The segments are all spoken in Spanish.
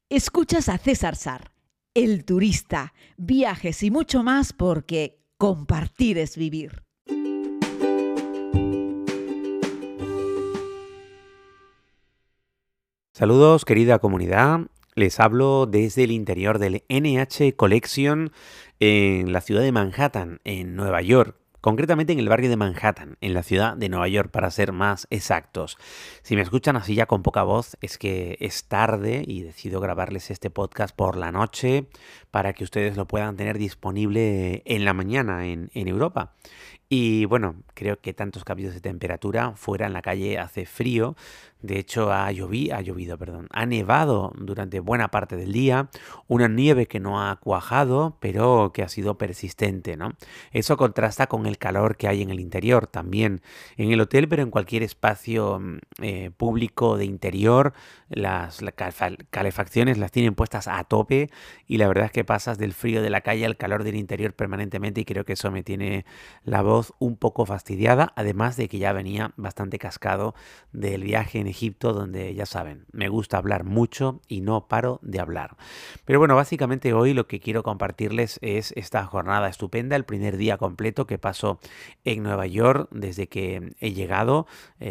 Escuchas a César Sar, el turista, viajes y mucho más porque compartir es vivir. Saludos, querida comunidad. Les hablo desde el interior del NH Collection en la ciudad de Manhattan, en Nueva York. Concretamente en el barrio de Manhattan, en la ciudad de Nueva York, para ser más exactos. Si me escuchan así ya con poca voz, es que es tarde y decido grabarles este podcast por la noche para que ustedes lo puedan tener disponible en la mañana en Europa. Y bueno, creo que tantos cambios de temperatura, fuera en la calle hace frío. De hecho, ha nevado durante buena parte del día, una nieve que no ha cuajado, pero que ha sido persistente, ¿no? Eso contrasta con el calor que hay en el interior también. En el hotel, pero en cualquier espacio público de interior, las calefacciones las tienen puestas a tope y la verdad es que pasas del frío de la calle al calor del interior permanentemente y creo que eso me tiene la voz un poco fastidiada, además de que ya venía bastante cascado del viaje en Egipto, donde ya saben, me gusta hablar mucho y no paro de hablar. Pero bueno, básicamente hoy lo que quiero compartirles es esta jornada estupenda, el primer día completo que paso en Nueva York desde que he llegado,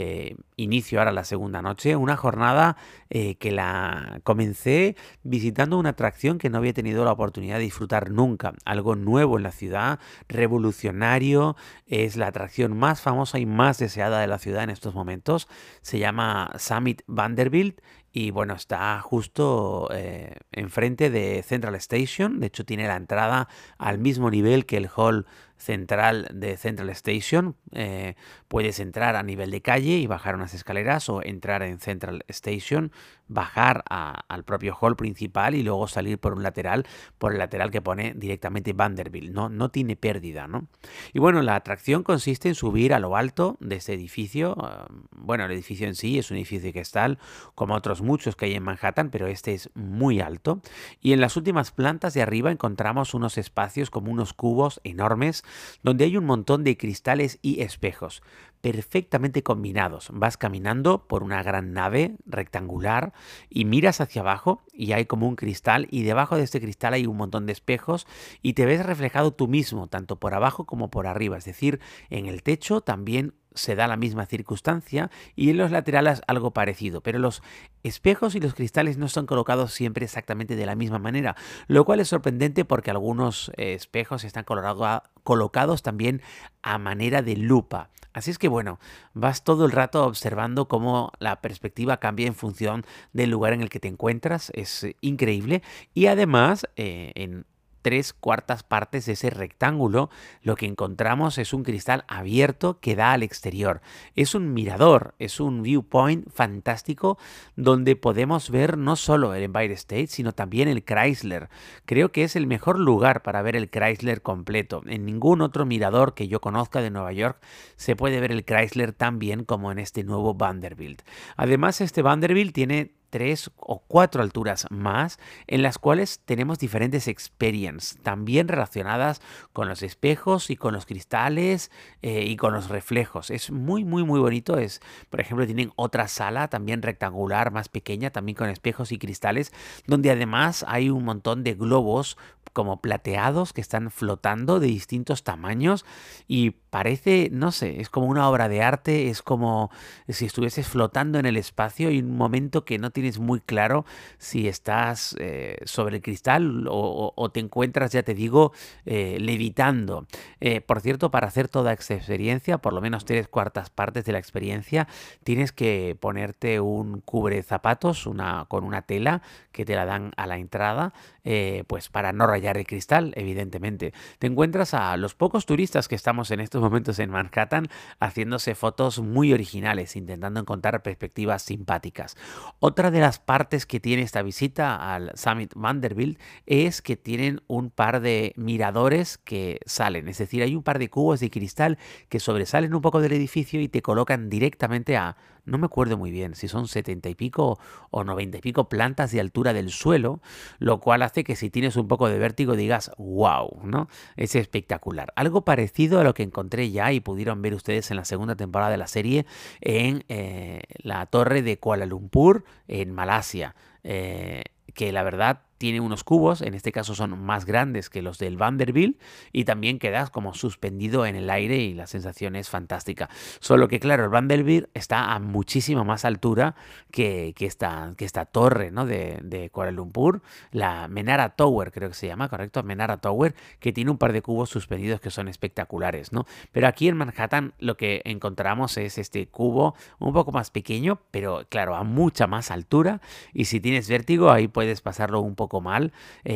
inicio ahora la segunda noche, una jornada que la comencé visitando una atracción que no había tenido la oportunidad de disfrutar nunca, algo nuevo en la ciudad, revolucionario, es la atracción más famosa y más deseada de la ciudad en estos momentos, se llama Summit Vanderbilt y bueno, está justo enfrente de Central Station, de hecho tiene la entrada al mismo nivel que el hall central de Central Station. Puedes entrar a nivel de calle y bajar unas escaleras o entrar en Central Station, bajar al propio hall principal y luego salir por el lateral que pone directamente Vanderbilt. No tiene pérdida, ¿no? Y bueno, la atracción consiste en subir a lo alto de este edificio. Bueno, el edificio en sí es un edificio que está como otros muchos que hay en Manhattan, pero este es muy alto. Y en las últimas plantas de arriba encontramos unos espacios como unos cubos enormes donde hay un montón de cristales y espejos perfectamente combinados. Vas caminando por una gran nave rectangular y miras hacia abajo y hay como un cristal y debajo de este cristal hay un montón de espejos y te ves reflejado tú mismo, tanto por abajo como por arriba. Es decir, en el techo también se da la misma circunstancia y en los laterales algo parecido, pero los espejos y los cristales no están colocados siempre exactamente de la misma manera, lo cual es sorprendente porque algunos espejos están colocados también a manera de lupa. Así es que bueno, vas todo el rato observando cómo la perspectiva cambia en función del lugar en el que te encuentras, es increíble y además en 3/4 partes de ese rectángulo, lo que encontramos es un cristal abierto que da al exterior. Es un mirador, es un viewpoint fantástico donde podemos ver no solo el Empire State, sino también el Chrysler. Creo que es el mejor lugar para ver el Chrysler completo. En ningún otro mirador que yo conozca de Nueva York se puede ver el Chrysler tan bien como en este nuevo Vanderbilt. Además, este Vanderbilt tiene 3 o 4 alturas más en las cuales tenemos diferentes experiences también relacionadas con los espejos y con los cristales y con los reflejos. Es muy bonito. Por ejemplo, tienen otra sala también rectangular más pequeña, también con espejos y cristales, donde además hay un montón de globos como plateados que están flotando de distintos tamaños y parece, no sé, es como una obra de arte, es como si estuvieses flotando en el espacio y un momento que no tienes muy claro si estás sobre el cristal o te encuentras, ya te digo, levitando. Por cierto, para hacer toda esta experiencia, por lo menos 3/4 partes de la experiencia, tienes que ponerte un cubre zapatos con una tela que te la dan a la entrada, pues para no rayar el cristal, evidentemente. Te encuentras a los pocos turistas que estamos en estos momentos en Manhattan haciéndose fotos muy originales, intentando encontrar perspectivas simpáticas. Otra de las partes que tiene esta visita al Summit Vanderbilt es que tienen un par de miradores que salen, es decir, hay un par de cubos de cristal que sobresalen un poco del edificio y te colocan directamente no me acuerdo muy bien si son 70 y pico o 90 y pico plantas de altura del suelo, lo cual hace que si tienes un poco de vértigo digas wow, ¿no? Es espectacular. Algo parecido a lo que encontré ya y pudieron ver ustedes en la segunda temporada de la serie en la torre de Kuala Lumpur en Malasia. que la verdad tiene unos cubos, en este caso son más grandes que los del Vanderbilt, y también quedas como suspendido en el aire y la sensación es fantástica. Solo que claro, el Vanderbilt está a muchísima más altura que esta torre, ¿no? de Kuala Lumpur, la Menara Tower creo que se llama, ¿correcto? Menara Tower, que tiene un par de cubos suspendidos que son espectaculares, ¿no? Pero aquí en Manhattan lo que encontramos es este cubo un poco más pequeño, pero claro, a mucha más altura, y si tienes vértigo ahí puedes pasarlo un poco mal.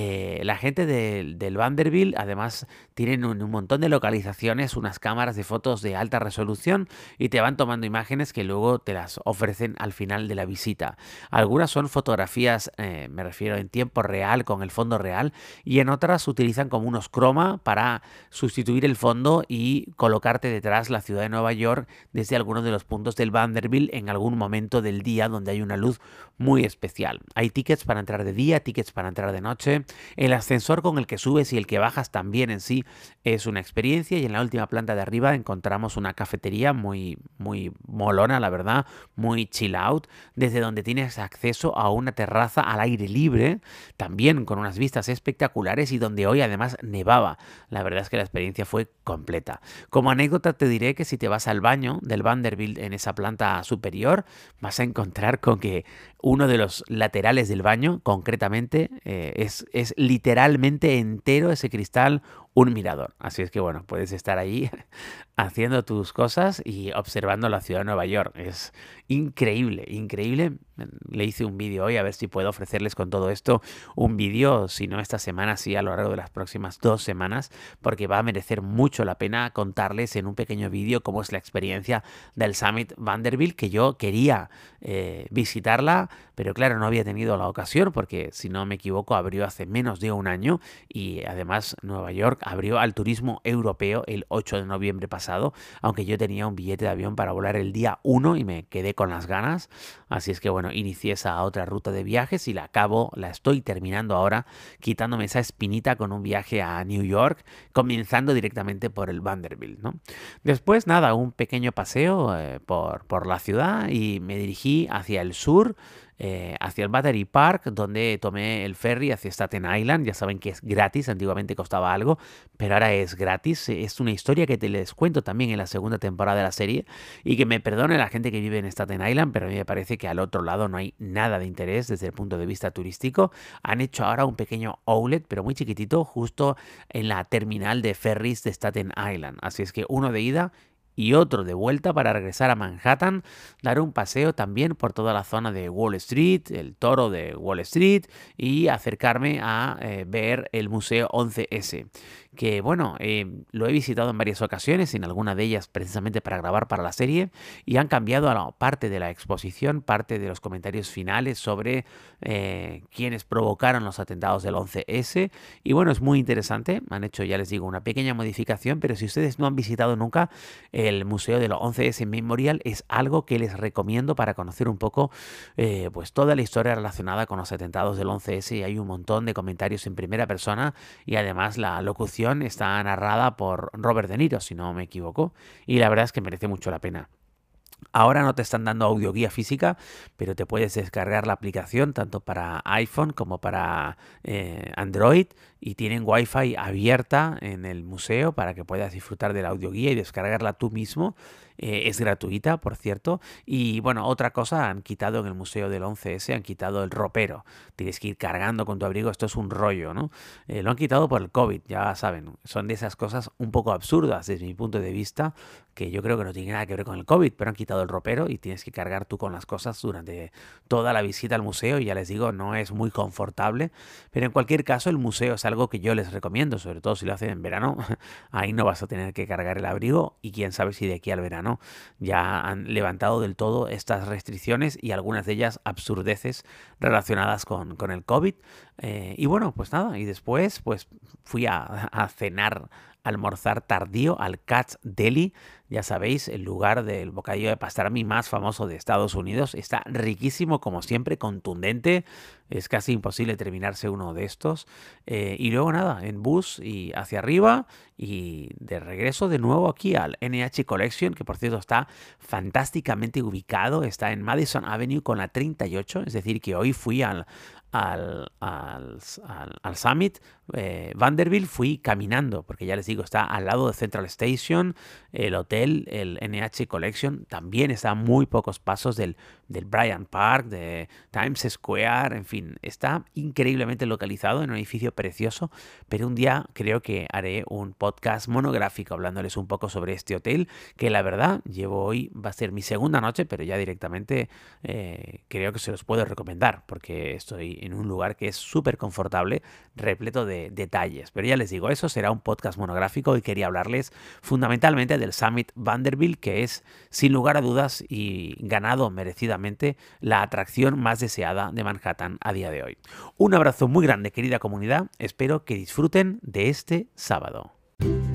La gente del Vanderbilt además tienen un montón de localizaciones, unas cámaras de fotos de alta resolución y te van tomando imágenes que luego te las ofrecen al final de la visita. Algunas son fotografías, me refiero en tiempo real con el fondo real, y en otras utilizan como unos croma para sustituir el fondo y colocarte detrás la ciudad de Nueva York desde algunos de los puntos del Vanderbilt en algún momento del día donde hay una luz muy especial. Hay tickets para entrar de día, tickets para entrar de noche. El ascensor con el que subes y el que bajas también en sí es una experiencia, y en la última planta de arriba encontramos una cafetería muy, muy molona, la verdad, muy chill out, desde donde tienes acceso a una terraza al aire libre, también con unas vistas espectaculares y donde hoy además nevaba. La verdad es que la experiencia fue completa. Como anécdota te diré que si te vas al baño del Vanderbilt en esa planta superior, vas a encontrar con que uno de los laterales del baño, concretamente, es literalmente entero ese cristal, un mirador. Así es que bueno, puedes estar ahí haciendo tus cosas y observando la ciudad de Nueva York. Es increíble, increíble. Le hice un vídeo hoy a ver si puedo ofrecerles con todo esto un vídeo, si no esta semana, sí a lo largo de las próximas 2 semanas, porque va a merecer mucho la pena contarles en un pequeño vídeo cómo es la experiencia del Summit Vanderbilt, que yo quería visitarla, pero claro, no había tenido la ocasión porque, si no me equivoco, abrió hace menos de un año, y además Nueva York abrió al turismo europeo el 8 de noviembre pasado, aunque yo tenía un billete de avión para volar el día 1 y me quedé con las ganas. Así es que bueno, inicié esa otra ruta de viajes y la estoy terminando ahora, quitándome esa espinita con un viaje a New York, comenzando directamente por el Vanderbilt, ¿no? Después, nada, un pequeño paseo por la ciudad, y me dirigí hacia el sur, hacia el Battery Park, donde tomé el ferry hacia Staten Island. Ya saben que es gratis, antiguamente costaba algo, pero ahora es gratis. Es una historia que te les cuento también en la segunda temporada de la serie, y que me perdone la gente que vive en Staten Island, pero a mí me parece que al otro lado no hay nada de interés desde el punto de vista turístico. Han hecho ahora un pequeño outlet, pero muy chiquitito, justo en la terminal de ferries de Staten Island. Así es que uno de ida y otro de vuelta para regresar a Manhattan, dar un paseo también por toda la zona de Wall Street, el toro de Wall Street, y acercarme a ver el Museo 11S, que bueno, lo he visitado en varias ocasiones, en alguna de ellas precisamente para grabar para la serie, y han cambiado parte de la exposición, parte de los comentarios finales sobre quienes provocaron los atentados del 11S, y bueno, es muy interesante. Han hecho, ya les digo, una pequeña modificación, pero si ustedes no han visitado nunca el Museo de los 11S Memorial, es algo que les recomiendo para conocer un poco pues toda la historia relacionada con los atentados del 11S, y hay un montón de comentarios en primera persona, y además la locución está narrada por Robert De Niro, si no me equivoco, y la verdad es que merece mucho la pena. Ahora no te están dando audioguía física, pero te puedes descargar la aplicación tanto para iPhone como para Android, y tienen Wi-Fi abierta en el museo para que puedas disfrutar de la audioguía y descargarla tú mismo. Es gratuita, por cierto. Y bueno, otra cosa, han quitado en el Museo del 11S, han quitado el ropero. Tienes que ir cargando con tu abrigo, esto es un rollo, ¿no? Lo han quitado por el COVID, ya saben. Son de esas cosas un poco absurdas desde mi punto de vista, que yo creo que no tiene nada que ver con el COVID, pero han quitado el ropero y tienes que cargar tú con las cosas durante toda la visita al museo, y ya les digo, no es muy confortable, pero en cualquier caso el museo es algo que yo les recomiendo, sobre todo si lo hacen en verano. Ahí no vas a tener que cargar el abrigo, y quién sabe si de aquí al verano ya han levantado del todo estas restricciones, y algunas de ellas absurdeces relacionadas con el COVID. Y bueno, pues nada, y después pues fui a cenar almorzar tardío al Katz's Deli. Ya sabéis, el lugar del bocadillo de pastrami más famoso de Estados Unidos. Está riquísimo, como siempre, contundente. Es casi imposible terminarse uno de estos. Y luego nada, en bus y hacia arriba y de regreso de nuevo aquí al NH Collection, que por cierto está fantásticamente ubicado. Está en Madison Avenue con la 38, es decir, que hoy fui al Summit Vanderbilt, fui caminando, porque ya les digo, está al lado de Central Station, el hotel, el NH Collection, también está a muy pocos pasos del Bryant Park, de Times Square, en fin, está increíblemente localizado en un edificio precioso, pero un día creo que haré un podcast monográfico hablándoles un poco sobre este hotel, que la verdad llevo hoy, va a ser mi segunda noche, pero ya directamente creo que se los puedo recomendar, porque estoy en un lugar que es súper confortable, repleto de detalles. Pero ya les digo, eso será un podcast monográfico y quería hablarles fundamentalmente del Summit Vanderbilt, que es sin lugar a dudas y ganado merecidamente la atracción más deseada de Manhattan a día de hoy. Un abrazo muy grande, querida comunidad, espero que disfruten de este sábado.